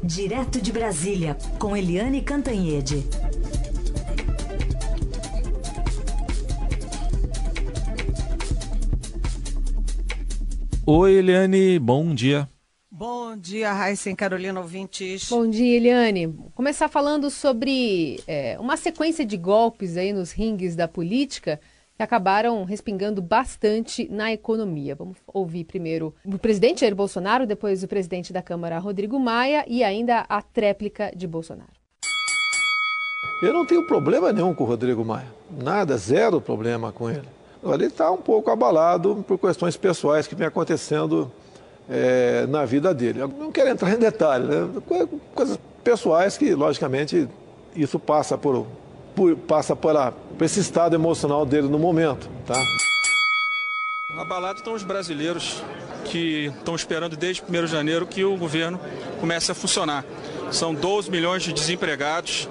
Direto de Brasília, com Eliane Cantanhede. Oi, Eliane, bom dia. Bom dia, Raíssa e Carolina, ouvintes. Bom dia, Eliane. Vou começar falando sobre uma sequência de golpes aí nos ringues da política que acabaram respingando bastante na economia. Vamos ouvir primeiro o presidente Jair Bolsonaro, depois o presidente da Câmara, Rodrigo Maia, e ainda a tréplica de Bolsonaro. Eu não tenho problema nenhum com o Rodrigo Maia. Nada, zero problema com ele. Ele está um pouco abalado por questões pessoais que vem acontecendo na vida dele. Eu não quero entrar em detalhes, né? Coisas pessoais que, logicamente, isso passa por esse estado emocional dele no momento, tá? Abalados estão os brasileiros que estão esperando desde 1º de janeiro que o governo comece a funcionar. São 12 milhões de desempregados,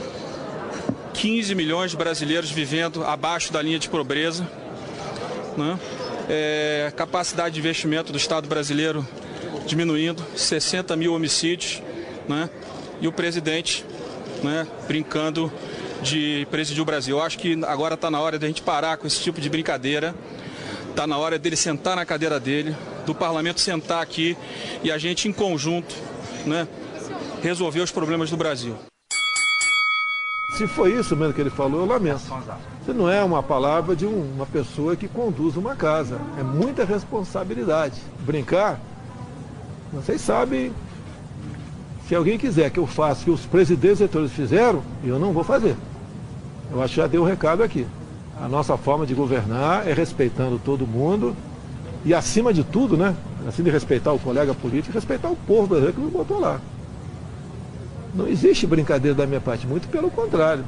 15 milhões de brasileiros vivendo abaixo da linha de pobreza, né? Capacidade de investimento do Estado brasileiro diminuindo, 60 mil homicídios, né? E o presidente, né, brincando de presidir o Brasil. Eu acho que agora está na hora de a gente parar com esse tipo de brincadeira, está na hora dele sentar na cadeira dele, do parlamento sentar aqui e a gente em conjunto, né, resolver os problemas do Brasil. Se foi isso mesmo que ele falou, eu lamento. Isso não é uma palavra de uma pessoa que conduz uma casa. É muita responsabilidade. Brincar, vocês sabem, se alguém quiser que eu faça o que os presidentes eleitores fizeram, eu não vou fazer. Eu acho que já dei o recado aqui. A nossa forma de governar é respeitando todo mundo e, acima de tudo, né, assim de respeitar o colega político, respeitar o povo brasileiro que nos botou lá. Não existe brincadeira da minha parte, muito pelo contrário.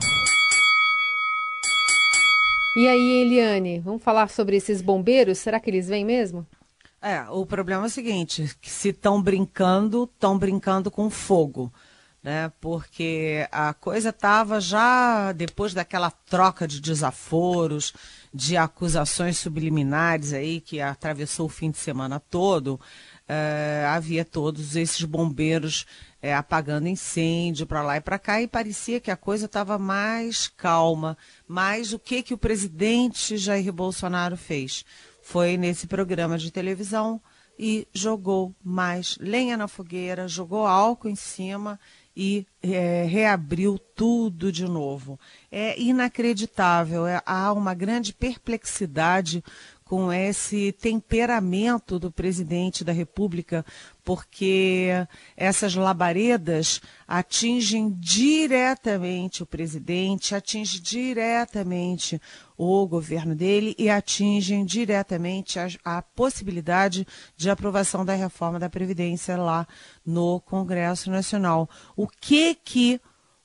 E aí, Eliane, vamos falar sobre esses bombeiros? Será que eles vêm mesmo? O problema é o seguinte, que se estão brincando com fogo, né? Porque a coisa estava já, depois daquela troca de desaforos, de acusações subliminares aí, que atravessou o fim de semana todo, havia todos esses bombeiros apagando incêndio para lá e para cá, e parecia que a coisa estava mais calma. Mas o que o presidente Jair Bolsonaro fez? Foi nesse programa de televisão e jogou mais lenha na fogueira, jogou álcool em cima e reabriu tudo de novo. É inacreditável, há uma grande perplexidade com esse temperamento do presidente da República, porque essas labaredas atingem diretamente o presidente, atingem diretamente o governo dele e atingem diretamente a possibilidade de aprovação da reforma da Previdência lá no Congresso Nacional. O que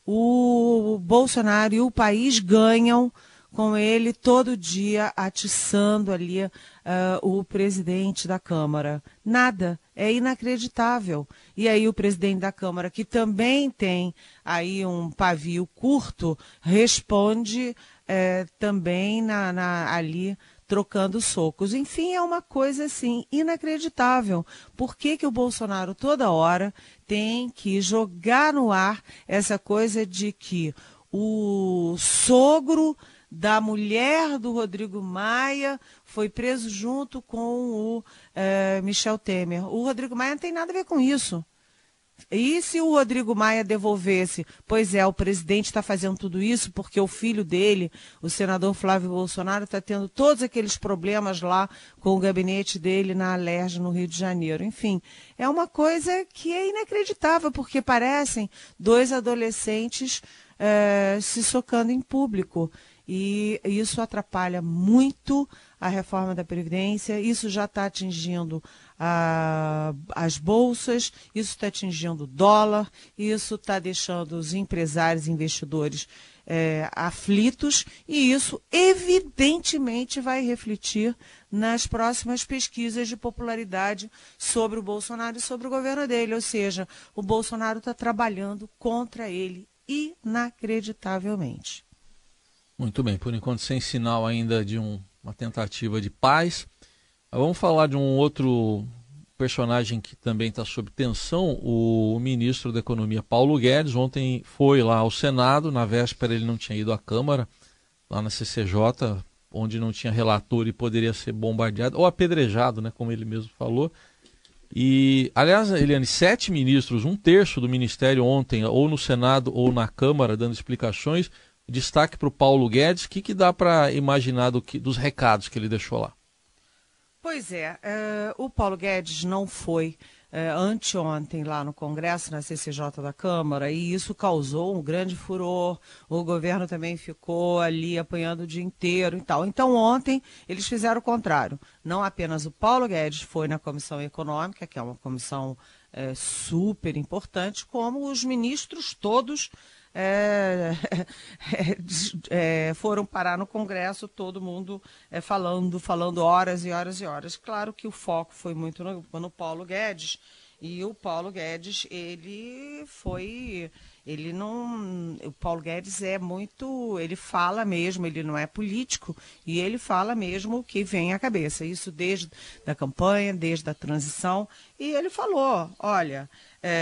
o Bolsonaro e o país ganham com ele todo dia atiçando ali o presidente da Câmara? Nada, é inacreditável. E aí o presidente da Câmara, que também tem aí um pavio curto, responde também ali trocando socos. Enfim, é uma coisa assim inacreditável. Por que o Bolsonaro toda hora tem que jogar no ar essa coisa de que o sogro da mulher do Rodrigo Maia foi preso junto com o Michel Temer? O Rodrigo Maia não tem nada a ver com isso. E se o Rodrigo Maia devolvesse? Pois o presidente está fazendo tudo isso porque o filho dele, o senador Flávio Bolsonaro, está tendo todos aqueles problemas lá com o gabinete dele na Alerj, no Rio de Janeiro. Enfim, é uma coisa que é inacreditável, porque parecem dois adolescentes se socando em público. E isso atrapalha muito a reforma da Previdência, isso já está atingindo as bolsas, isso está atingindo o dólar, isso está deixando os empresários e investidores aflitos, e isso evidentemente vai refletir nas próximas pesquisas de popularidade sobre o Bolsonaro e sobre o governo dele. Ou seja, o Bolsonaro está trabalhando contra ele inacreditavelmente. Muito bem, por enquanto sem sinal ainda de uma tentativa de paz. Vamos falar de um outro personagem que também está sob tensão, o ministro da Economia, Paulo Guedes, ontem foi lá ao Senado, na véspera ele não tinha ido à Câmara, lá na CCJ, onde não tinha relator e poderia ser bombardeado, ou apedrejado, né, como ele mesmo falou. E, aliás, Eliane, 7 ministros, 1/3 do ministério ontem, ou no Senado ou na Câmara, dando explicações. Destaque para o Paulo Guedes. O que dá para imaginar dos recados que ele deixou lá? Pois é, o Paulo Guedes não foi anteontem lá no Congresso, na CCJ da Câmara, e isso causou um grande furor. O governo também ficou ali apanhando o dia inteiro e tal. Então ontem eles fizeram o contrário. Não apenas o Paulo Guedes foi na Comissão Econômica, que é uma comissão super importante, como os ministros todos foram parar no Congresso, todo mundo falando horas e horas e horas. Claro que o foco foi muito no Paulo Guedes, e o Paulo Guedes, o Paulo Guedes ele fala mesmo, ele não é político, e ele fala mesmo o que vem à cabeça, isso desde a campanha, desde a transição, e ele falou, olha,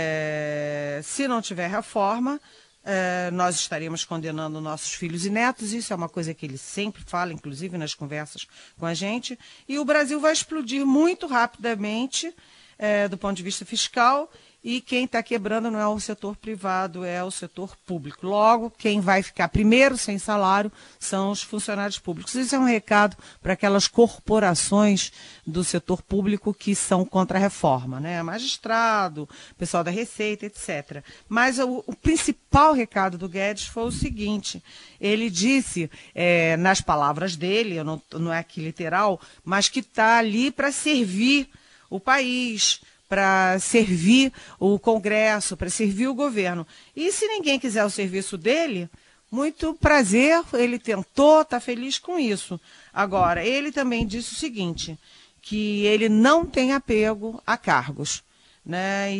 se não tiver reforma, nós estaríamos condenando nossos filhos e netos, isso é uma coisa que ele sempre fala, inclusive nas conversas com a gente, e o Brasil vai explodir muito rapidamente do ponto de vista fiscal, e quem está quebrando não é o setor privado, é o setor público. Logo, quem vai ficar primeiro sem salário são os funcionários públicos. Isso é um recado para aquelas corporações do setor público que são contra a reforma, né? Magistrado, pessoal da Receita, etc. Mas o principal recado do Guedes foi o seguinte, ele disse, nas palavras dele, não é aqui literal, mas que está ali para servir o país, para servir o Congresso, para servir o governo. E se ninguém quiser o serviço dele, muito prazer, ele tentou, está feliz com isso. Agora, ele também disse o seguinte, que ele não tem apego a cargos, né?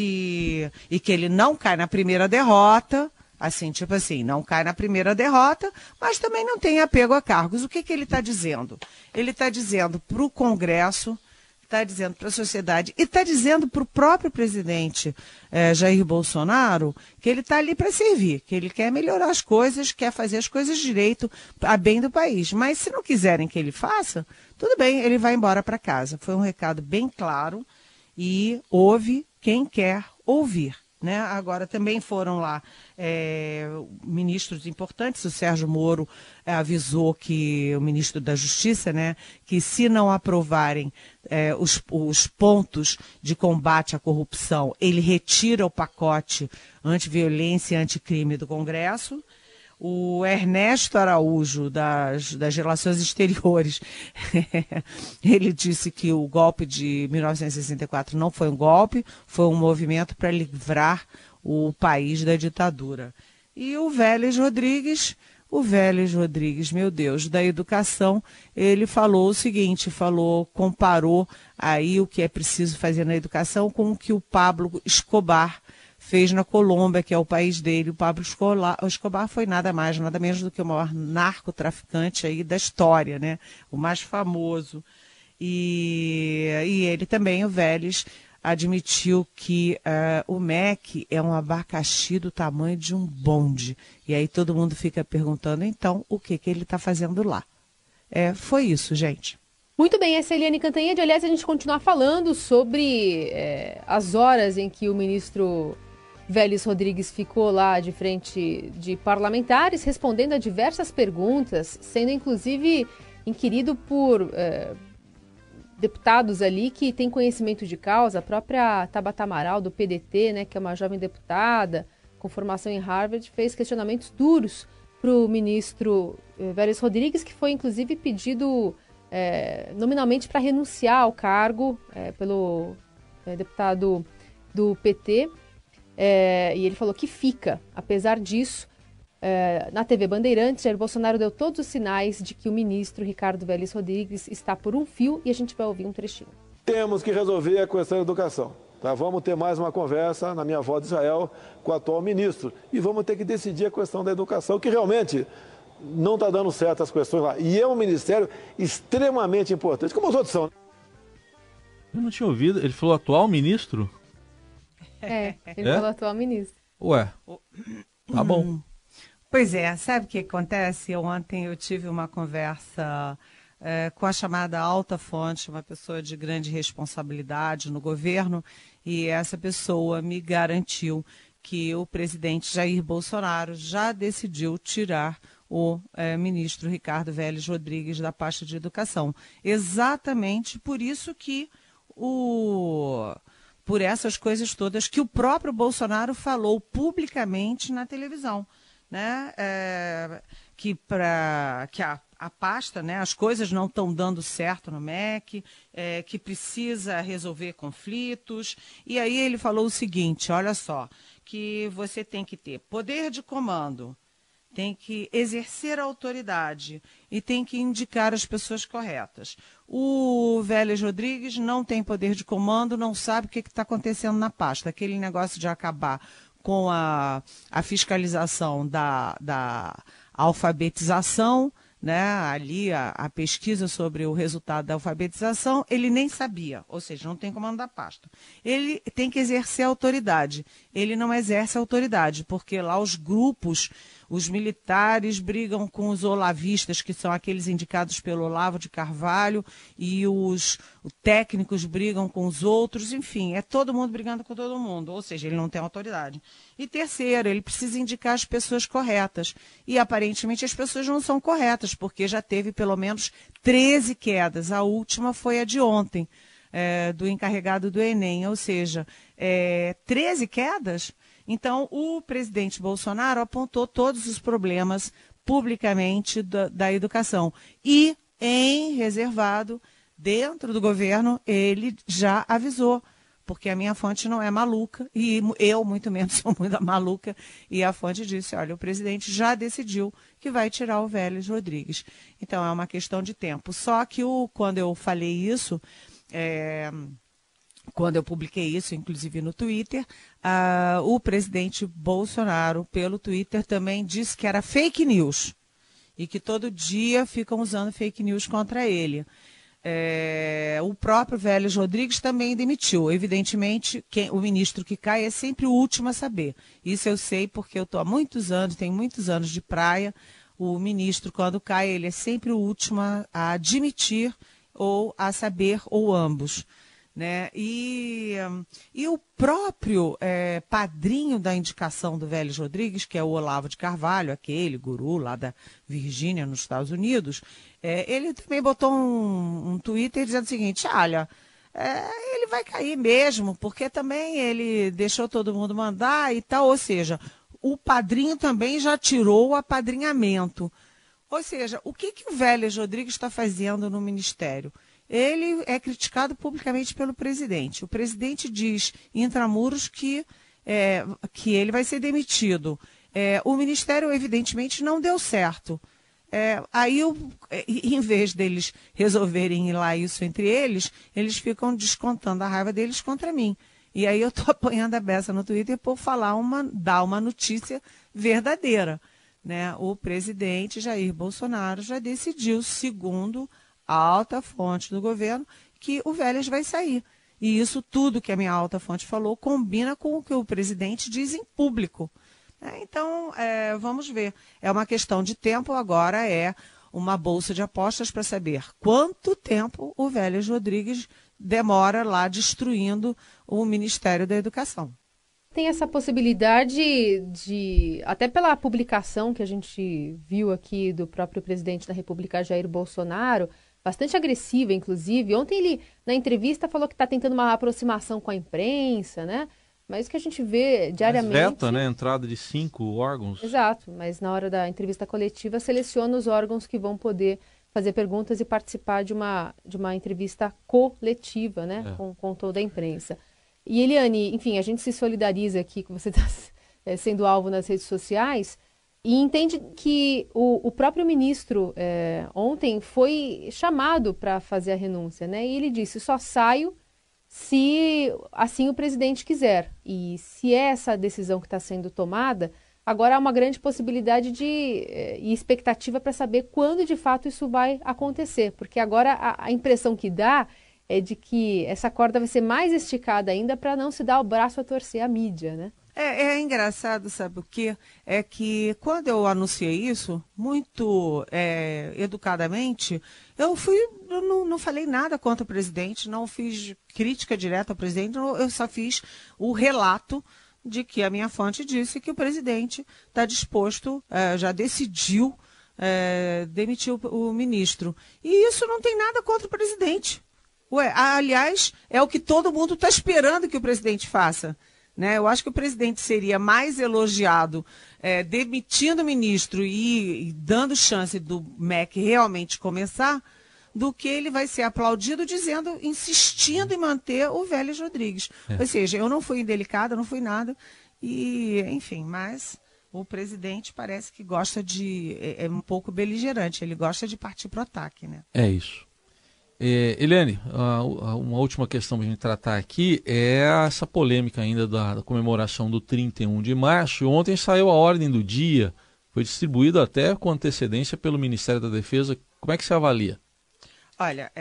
E que ele não cai na primeira derrota, assim, tipo assim, não cai na primeira derrota, mas também não tem apego a cargos. O que ele está dizendo? Ele está dizendo para o Congresso, está dizendo para a sociedade e está dizendo para o próprio presidente Jair Bolsonaro que ele está ali para servir, que ele quer melhorar as coisas, quer fazer as coisas direito, a bem do país. Mas se não quiserem que ele faça, tudo bem, ele vai embora para casa. Foi um recado bem claro e ouve quem quer ouvir, né? Agora também foram lá ministros importantes, o Sérgio Moro avisou que o ministro da Justiça, né, que se não aprovarem os pontos de combate à corrupção, ele retira o pacote antiviolência e anticrime do Congresso. O Ernesto Araújo, das Relações Exteriores, ele disse que o golpe de 1964 não foi um golpe, foi um movimento para livrar o país da ditadura. E o Vélez Rodrigues, meu Deus, da educação, ele falou o seguinte, comparou aí o que é preciso fazer na educação com o que o Pablo Escobar fez na Colômbia, que é o país dele. O Pablo Escobar foi nada mais, nada menos do que o maior narcotraficante aí da história, né? O mais famoso. E ele também, o Vélez, admitiu que o MEC é um abacaxi do tamanho de um bonde. E aí todo mundo fica perguntando, então, o que ele está fazendo lá? Foi isso, gente. Muito bem, essa é a Eliane Cantanhede. Aliás, a gente continuar falando sobre as horas em que o ministro Vélez Rodrigues ficou lá de frente de parlamentares, respondendo a diversas perguntas, sendo inclusive inquirido por deputados ali que têm conhecimento de causa. A própria Tabata Amaral, do PDT, né, que é uma jovem deputada com formação em Harvard, fez questionamentos duros para o ministro Vélez Rodrigues, que foi inclusive pedido nominalmente para renunciar ao cargo pelo deputado do PT, e ele falou que fica. Apesar disso, na TV Bandeirantes, Jair Bolsonaro deu todos os sinais de que o ministro Ricardo Vélez Rodrigues está por um fio, e a gente vai ouvir um trechinho. Temos que resolver a questão da educação. Tá? Vamos ter mais uma conversa na minha avó de Israel com o atual ministro e vamos ter que decidir a questão da educação, que realmente não está dando certo as questões lá. E é um ministério extremamente importante, como os outros são. Eu não tinha ouvido. Ele falou atual ministro? Ele falou atual ministro. Ué, tá bom. Pois é, sabe o que acontece? Ontem eu tive uma conversa com a chamada alta fonte, uma pessoa de grande responsabilidade no governo, e essa pessoa me garantiu que o presidente Jair Bolsonaro já decidiu tirar o ministro Ricardo Vélez Rodrigues da pasta de educação. Exatamente por isso que por essas coisas todas que o próprio Bolsonaro falou publicamente na televisão, né? Que a pasta, né, as coisas não estão dando certo no MEC, que precisa resolver conflitos. E aí ele falou o seguinte, olha só, que você tem que ter poder de comando, tem que exercer a autoridade e tem que indicar as pessoas corretas. O Vélez Rodrigues não tem poder de comando, não sabe o que está acontecendo na pasta. Aquele negócio de acabar com a fiscalização da alfabetização, né, ali a pesquisa sobre o resultado da alfabetização, ele nem sabia, ou seja, não tem comando da pasta. Ele tem que exercer a autoridade. Ele não exerce a autoridade, porque lá os grupos, os militares brigam com os olavistas, que são aqueles indicados pelo Olavo de Carvalho, e os técnicos brigam com os outros, enfim, é todo mundo brigando com todo mundo, ou seja, ele não tem autoridade. E terceiro, ele precisa indicar as pessoas corretas. E aparentemente as pessoas não são corretas, porque já teve pelo menos 13 quedas. A última foi a de ontem, do encarregado do Enem, ou seja, 13 quedas. Então, o presidente Bolsonaro apontou todos os problemas publicamente da educação. E, em reservado, dentro do governo, ele já avisou, porque a minha fonte não é maluca, e eu, muito menos, sou muito maluca, e a fonte disse, olha, o presidente já decidiu que vai tirar o Vélez Rodrigues. Então, é uma questão de tempo. Só que quando eu falei isso, quando eu publiquei isso, inclusive no Twitter, o presidente Bolsonaro, pelo Twitter, também disse que era fake news, e que todo dia ficam usando fake news contra ele. O próprio Vélez Rodrigues também demitiu. Evidentemente, o ministro que cai é sempre o último a saber. Isso eu sei porque eu estou há muitos anos, tenho muitos anos de praia. O ministro, quando cai, ele é sempre o último a admitir ou a saber, ou ambos. Né? E o próprio padrinho da indicação do Vélez Rodrigues, que é o Olavo de Carvalho, aquele guru lá da Virgínia, nos Estados Unidos, ele também botou um Twitter dizendo o seguinte, olha, ele vai cair mesmo, porque também ele deixou todo mundo mandar e tal, ou seja, o padrinho também já tirou o apadrinhamento. Ou seja, o que o Vélez Rodrigues está fazendo no ministério? Ele é criticado publicamente pelo presidente. O presidente diz, intramuros, que ele vai ser demitido. O ministério, evidentemente, não deu certo. Aí, em vez deles resolverem ir lá isso entre eles ficam descontando a raiva deles contra mim. E aí eu estou apanhando a beça no Twitter por dar uma notícia verdadeira. Né? O presidente Jair Bolsonaro já decidiu, segundo a alta fonte do governo, que o Vélez vai sair. E isso tudo que a minha alta fonte falou combina com o que o presidente diz em público. Então, vamos ver. É uma questão de tempo, agora é uma bolsa de apostas para saber quanto tempo o Vélez Rodrigues demora lá destruindo o Ministério da Educação. Tem essa possibilidade até pela publicação que a gente viu aqui do próprio presidente da República, Jair Bolsonaro, bastante agressiva, inclusive. Ontem ele, na entrevista, falou que está tentando uma aproximação com a imprensa, né? Mas que a gente vê diariamente... Mas veta, né? Entrada de 5 órgãos. Exato, mas na hora da entrevista coletiva seleciona os órgãos que vão poder fazer perguntas e participar de uma entrevista coletiva, né? Com toda a imprensa. E Eliane, enfim, a gente se solidariza aqui com você está sendo alvo nas redes sociais e entende que o próprio ministro ontem foi chamado para fazer a renúncia, né? E ele disse, só saio se assim o presidente quiser. E se é essa decisão que está sendo tomada, agora há uma grande possibilidade e expectativa para saber quando de fato isso vai acontecer. Porque agora a impressão que dá é de que essa corda vai ser mais esticada ainda para não se dar o braço a torcer à mídia, né? É engraçado, sabe o quê? É que quando eu anunciei isso, muito educadamente, eu não falei nada contra o presidente, não fiz crítica direta ao presidente, eu só fiz o relato de que a minha fonte disse que o presidente está disposto, já decidiu demitir o ministro. E isso não tem nada contra o presidente. Aliás, é o que todo mundo está esperando que o presidente faça. Né? Eu acho que o presidente seria mais elogiado demitindo o ministro e dando chance do MEC realmente começar, do que ele vai ser aplaudido insistindo em manter o Vélez Rodrigues. Ou seja, eu não fui indelicada, não fui nada, e enfim, mas o presidente parece que gosta é um pouco beligerante, ele gosta de partir para o ataque, né? É isso. Eliane, uma última questão para a gente tratar aqui é essa polêmica ainda da comemoração do 31 de março. Ontem saiu a ordem do dia, foi distribuída até com antecedência pelo Ministério da Defesa. Como é que você avalia? Olha,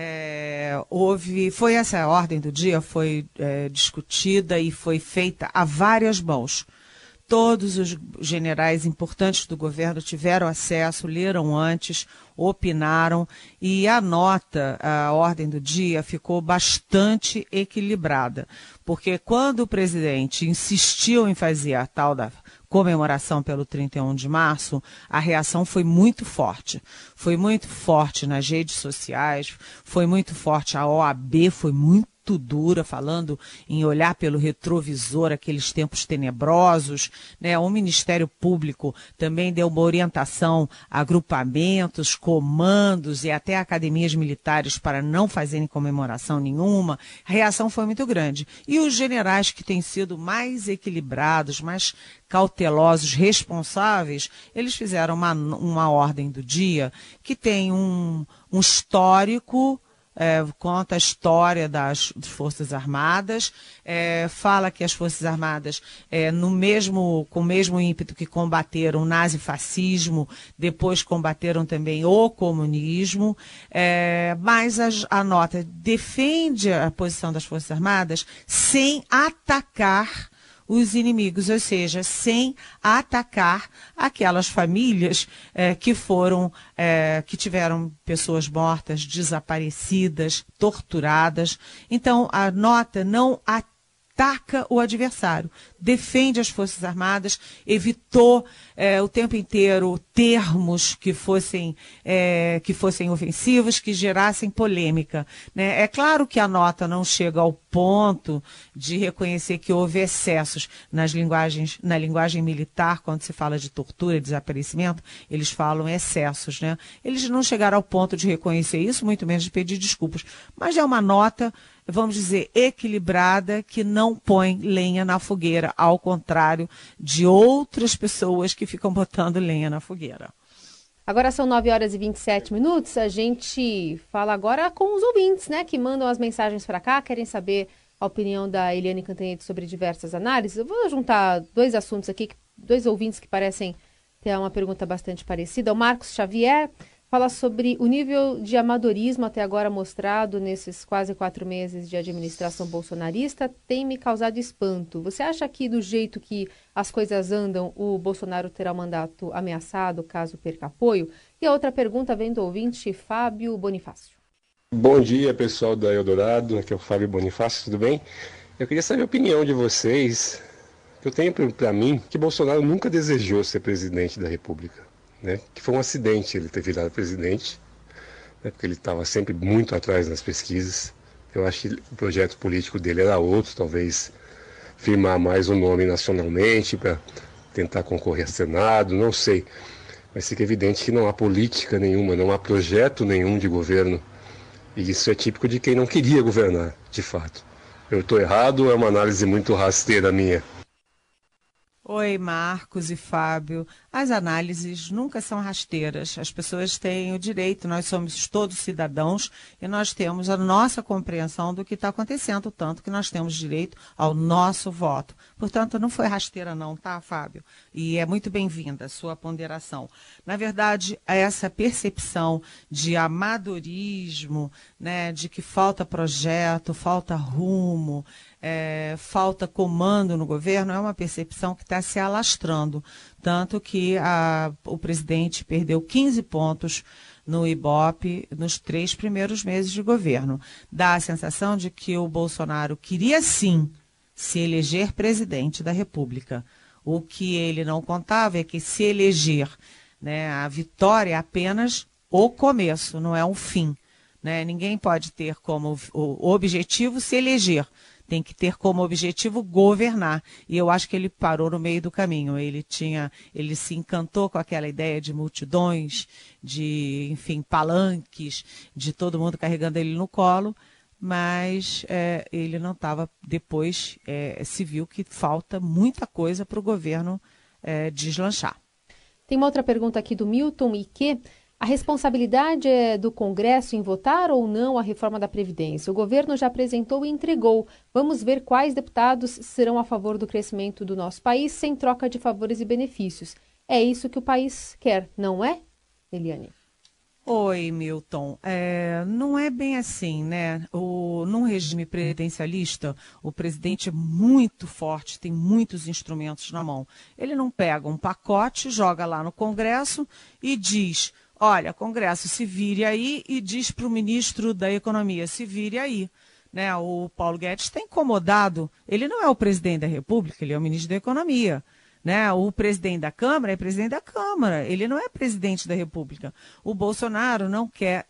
foi essa ordem do dia, foi discutida e foi feita a várias mãos. Todos os generais importantes do governo tiveram acesso, leram antes, opinaram, e a ordem do dia, ficou bastante equilibrada. Porque quando o presidente insistiu em fazer a tal da comemoração pelo 31 de março, a reação foi muito forte. Foi muito forte nas redes sociais, foi muito forte, a OAB foi muito dura, falando em olhar pelo retrovisor aqueles tempos tenebrosos, né? O Ministério Público também deu uma orientação a agrupamentos, comandos e até academias militares para não fazerem comemoração nenhuma. A reação foi muito grande. E os generais que têm sido mais equilibrados, mais cautelosos, responsáveis, eles fizeram uma ordem do dia que tem um histórico, conta a história das Forças Armadas, fala que as Forças Armadas, com o mesmo ímpeto que combateram o nazifascismo, depois combateram também o comunismo, mas a nota defende a posição das Forças Armadas sem atacar os inimigos, ou seja, sem atacar aquelas famílias que tiveram pessoas mortas, desaparecidas, torturadas. Então, a nota não ataca o adversário, defende as Forças Armadas, evitou o tempo inteiro termos que fossem ofensivos, que gerassem polêmica, né? É claro que a nota não chega ao ponto de reconhecer que houve excessos na linguagem militar, quando se fala de tortura e desaparecimento, eles falam excessos, né? Eles não chegaram ao ponto de reconhecer isso, muito menos de pedir desculpas, mas é uma nota, vamos dizer, equilibrada, que não põe lenha na fogueira, ao contrário de outras pessoas que ficam botando lenha na fogueira. Agora são 9h27, a gente fala agora com os ouvintes, né, que mandam as mensagens para cá, querem saber a opinião da Eliane Cantanhede sobre diversas análises. Eu vou juntar dois assuntos aqui, dois ouvintes que parecem ter uma pergunta bastante parecida. O Marcos Xavier fala sobre o nível de amadorismo até agora mostrado nesses quase 4 meses de administração bolsonarista, tem me causado espanto. Você acha que, do jeito que as coisas andam, o Bolsonaro terá o mandato ameaçado caso perca apoio? E a outra pergunta vem do ouvinte Fábio Bonifácio. Bom dia, pessoal da Eldorado, aqui é o Fábio Bonifácio, tudo bem? Eu queria saber a opinião de vocês. Eu tenho para mim que Bolsonaro nunca desejou ser presidente da República. Né, que foi um acidente ele ter virado presidente, né, porque ele estava sempre muito atrás nas pesquisas. Eu acho que o projeto político dele era outro, talvez firmar mais o nome nacionalmente para tentar concorrer a Senado, não sei. Mas fica evidente que não há política nenhuma, não há projeto nenhum de governo. E isso é típico de quem não queria governar, de fato. Eu estou errado ou é uma análise muito rasteira minha? Oi, Marcos e Fábio. As análises nunca são rasteiras. As pessoas têm o direito, nós somos todos cidadãos e nós temos a nossa compreensão do que está acontecendo, tanto que nós temos direito ao nosso voto. Portanto, não foi rasteira não, tá, Fábio? E é muito bem-vinda a sua ponderação. Na verdade, essa percepção de amadorismo, né, de que falta projeto, falta rumo, falta comando no governo, é uma percepção que está se alastrando. Tanto que o presidente perdeu 15 pontos no Ibope nos 3 primeiros meses de governo. Dá a sensação de que o Bolsonaro queria sim se eleger presidente da República. O que ele não contava é que se eleger, né, a vitória é apenas o começo, não é um fim. Né? Ninguém pode ter como o objetivo se eleger. Tem que ter como objetivo governar. E eu acho que ele parou no meio do caminho. Ele se encantou com aquela ideia de multidões, de, enfim, palanques, de todo mundo carregando ele no colo, mas ele não estava. Depois se viu que falta muita coisa para o governo deslanchar. Tem uma outra pergunta aqui do Milton Ike. A responsabilidade é do Congresso em votar ou não a reforma da Previdência? O governo já apresentou e entregou. Vamos ver quais deputados serão a favor do crescimento do nosso país sem troca de favores e benefícios. É isso que o país quer, não é, Eliane? Oi, Milton. Não é bem assim, né? Num regime presidencialista, o presidente é muito forte, tem muitos instrumentos na mão. Ele não pega um pacote, joga lá no Congresso e diz: olha, Congresso, se vire aí, e diz para o ministro da Economia: se vire aí. Né? O Paulo Guedes está incomodado. Ele não é o presidente da República, ele é o ministro da Economia. Né? O presidente da Câmara é presidente da Câmara, ele não é presidente da República. O Bolsonaro não quer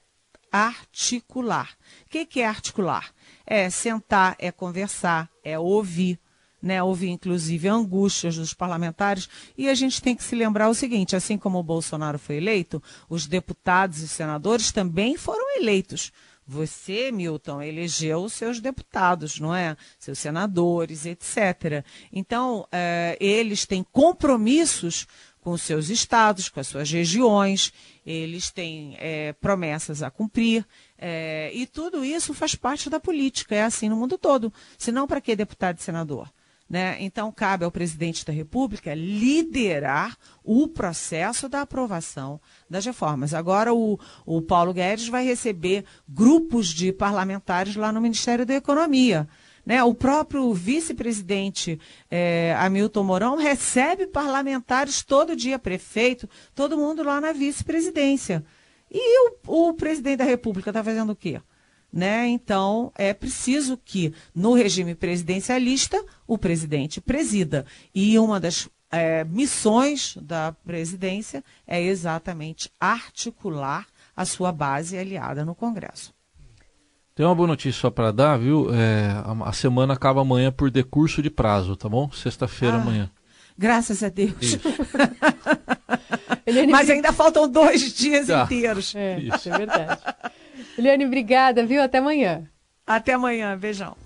articular. O que é articular? É sentar, é conversar, é ouvir. Né, houve inclusive angústias dos parlamentares, e a gente tem que se lembrar o seguinte: assim como o Bolsonaro foi eleito, os deputados e senadores também foram eleitos. Você, Milton, elegeu os seus deputados, não é? Seus senadores, etc. Então, eles têm compromissos com os seus estados, com as suas regiões, eles têm promessas a cumprir, e tudo isso faz parte da política, é assim no mundo todo. Senão, para que deputado e senador? Né? Então, cabe ao presidente da República liderar o processo da aprovação das reformas. Agora, o Paulo Guedes vai receber grupos de parlamentares lá no Ministério da Economia. Né? O próprio vice-presidente Hamilton Mourão recebe parlamentares todo dia, prefeito, todo mundo lá na vice-presidência. E o presidente da República está fazendo o quê? Né? Então, é preciso que, no regime presidencialista, o presidente presida. E uma das missões da presidência é exatamente articular a sua base aliada no Congresso. Tem uma boa notícia só para dar, viu? A semana acaba amanhã por decurso de prazo, tá bom? Sexta-feira amanhã. Graças a Deus. Mas ainda faltam 2 dias inteiros. Isso é verdade. Eliane, obrigada, viu? Até amanhã. Até amanhã. Beijão.